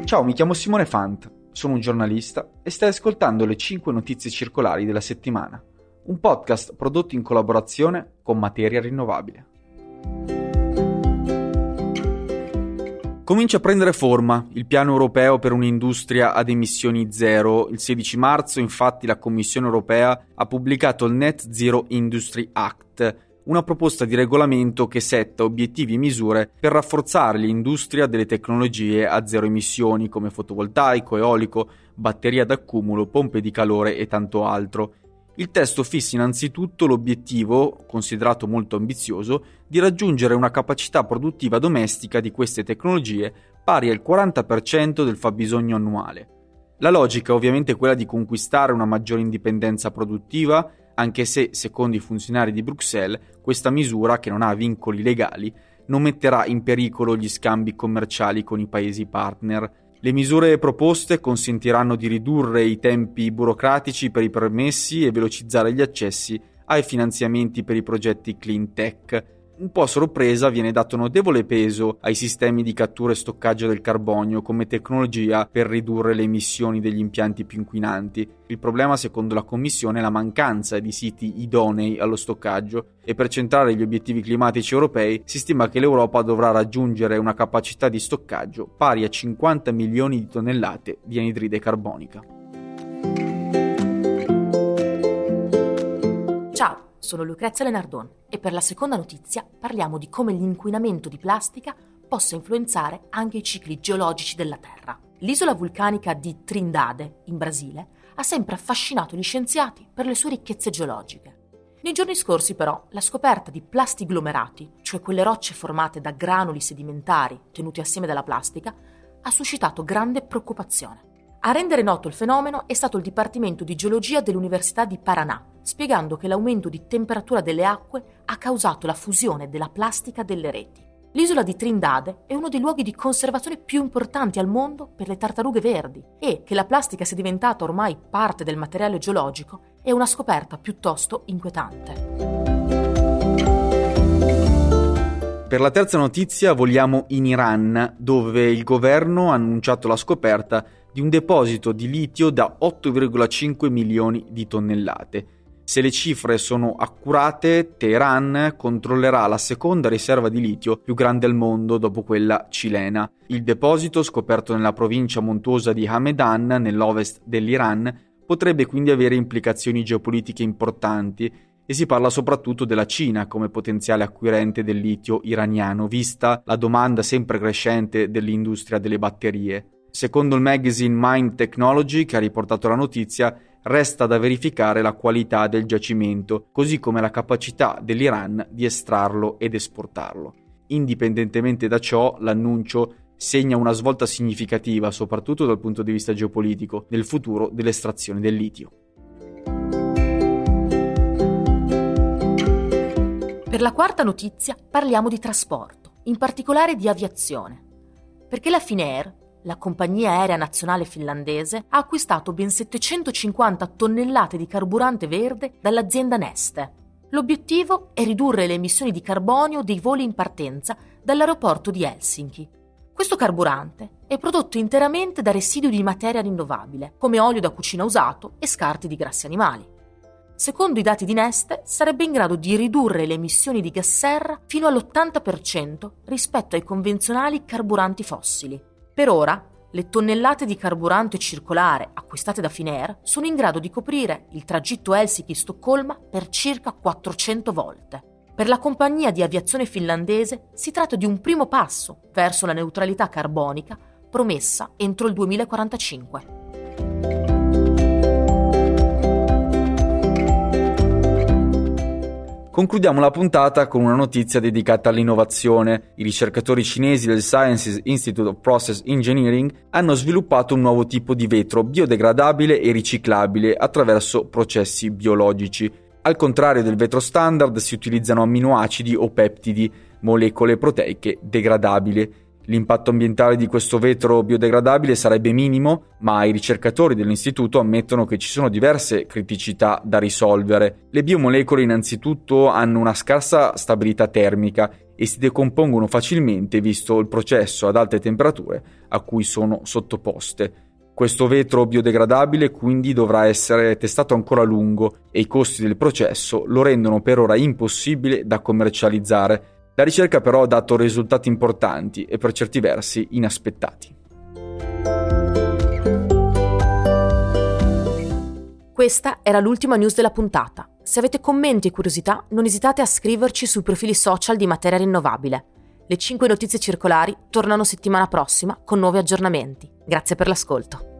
Ciao, mi chiamo Simone Fant, sono un giornalista e stai ascoltando le 5 notizie circolari della settimana, un podcast prodotto in collaborazione con Materia Rinnovabile. Comincia a prendere forma il piano europeo per un'industria ad emissioni zero. Il 16 marzo, infatti, la Commissione europea ha pubblicato il Net Zero Industry Act, una proposta di regolamento che setta obiettivi e misure per rafforzare l'industria delle tecnologie a zero emissioni come fotovoltaico, eolico, batteria d'accumulo, pompe di calore e tanto altro. Il testo fissa innanzitutto l'obiettivo, considerato molto ambizioso, di raggiungere una capacità produttiva domestica di queste tecnologie pari al 40% del fabbisogno annuale. La logica è ovviamente quella di conquistare una maggiore indipendenza produttiva, anche se, secondo i funzionari di Bruxelles, questa misura, che non ha vincoli legali, non metterà in pericolo gli scambi commerciali con i paesi partner. Le misure proposte consentiranno di ridurre i tempi burocratici per i permessi e velocizzare gli accessi ai finanziamenti per i progetti clean tech. Un po' a sorpresa viene dato notevole peso ai sistemi di cattura e stoccaggio del carbonio come tecnologia per ridurre le emissioni degli impianti più inquinanti. Il problema, secondo la Commissione, è la mancanza di siti idonei allo stoccaggio e per centrare gli obiettivi climatici europei si stima che l'Europa dovrà raggiungere una capacità di stoccaggio pari a 50 milioni di tonnellate di anidride carbonica. Ciao! Sono Lucrezia Lenardon e per la seconda notizia parliamo di come l'inquinamento di plastica possa influenzare anche i cicli geologici della Terra. L'isola vulcanica di Trindade, in Brasile, ha sempre affascinato gli scienziati per le sue ricchezze geologiche. Nei giorni scorsi, però, la scoperta di plastiglomerati, cioè quelle rocce formate da granuli sedimentari tenuti assieme dalla plastica, ha suscitato grande preoccupazione. A rendere noto il fenomeno è stato il Dipartimento di Geologia dell'Università di Paraná, spiegando che l'aumento di temperatura delle acque ha causato la fusione della plastica delle reti. L'isola di Trindade è uno dei luoghi di conservazione più importanti al mondo per le tartarughe verdi e che la plastica sia diventata ormai parte del materiale geologico è una scoperta piuttosto inquietante. Per la terza notizia voliamo in Iran, dove il governo ha annunciato la scoperta di un deposito di litio da 8,5 milioni di tonnellate. Se le cifre sono accurate, Teheran controllerà la seconda riserva di litio più grande al mondo dopo quella cilena. Il deposito, scoperto nella provincia montuosa di Hamedan, nell'ovest dell'Iran, potrebbe quindi avere implicazioni geopolitiche importanti e si parla soprattutto della Cina come potenziale acquirente del litio iraniano, vista la domanda sempre crescente dell'industria delle batterie. Secondo il magazine Mind Technology, che ha riportato la notizia, resta da verificare la qualità del giacimento, così come la capacità dell'Iran di estrarlo ed esportarlo. Indipendentemente da ciò, l'annuncio segna una svolta significativa, soprattutto dal punto di vista geopolitico, nel futuro dell'estrazione del litio. Per la quarta notizia parliamo di trasporto, in particolare di aviazione, perché la Finnair, la compagnia aerea nazionale finlandese, ha acquistato ben 750 tonnellate di carburante verde dall'azienda Neste. L'obiettivo è ridurre le emissioni di carbonio dei voli in partenza dall'aeroporto di Helsinki. Questo carburante è prodotto interamente da residui di materia rinnovabile, come olio da cucina usato e scarti di grassi animali. Secondo i dati di Neste, sarebbe in grado di ridurre le emissioni di gas serra fino all'80% rispetto ai convenzionali carburanti fossili. Per ora, le tonnellate di carburante circolare acquistate da Finnair sono in grado di coprire il tragitto Helsinki-Stoccolma per circa 400 volte. Per la compagnia di aviazione finlandese si tratta di un primo passo verso la neutralità carbonica promessa entro il 2045. Concludiamo la puntata con una notizia dedicata all'innovazione. I ricercatori cinesi del Sciences Institute of Process Engineering hanno sviluppato un nuovo tipo di vetro biodegradabile e riciclabile attraverso processi biologici. Al contrario del vetro standard si utilizzano amminoacidi o peptidi, molecole proteiche degradabili. L'impatto ambientale di questo vetro biodegradabile sarebbe minimo, ma i ricercatori dell'istituto ammettono che ci sono diverse criticità da risolvere. Le biomolecole innanzitutto hanno una scarsa stabilità termica e si decompongono facilmente visto il processo ad alte temperature a cui sono sottoposte. Questo vetro biodegradabile quindi dovrà essere testato ancora a lungo e i costi del processo lo rendono per ora impossibile da commercializzare. La ricerca però ha dato risultati importanti e per certi versi inaspettati. Questa era l'ultima news della puntata. Se avete commenti e curiosità, non esitate a scriverci sui profili social di Materia Rinnovabile. Le 5 notizie circolari tornano settimana prossima con nuovi aggiornamenti. Grazie per l'ascolto.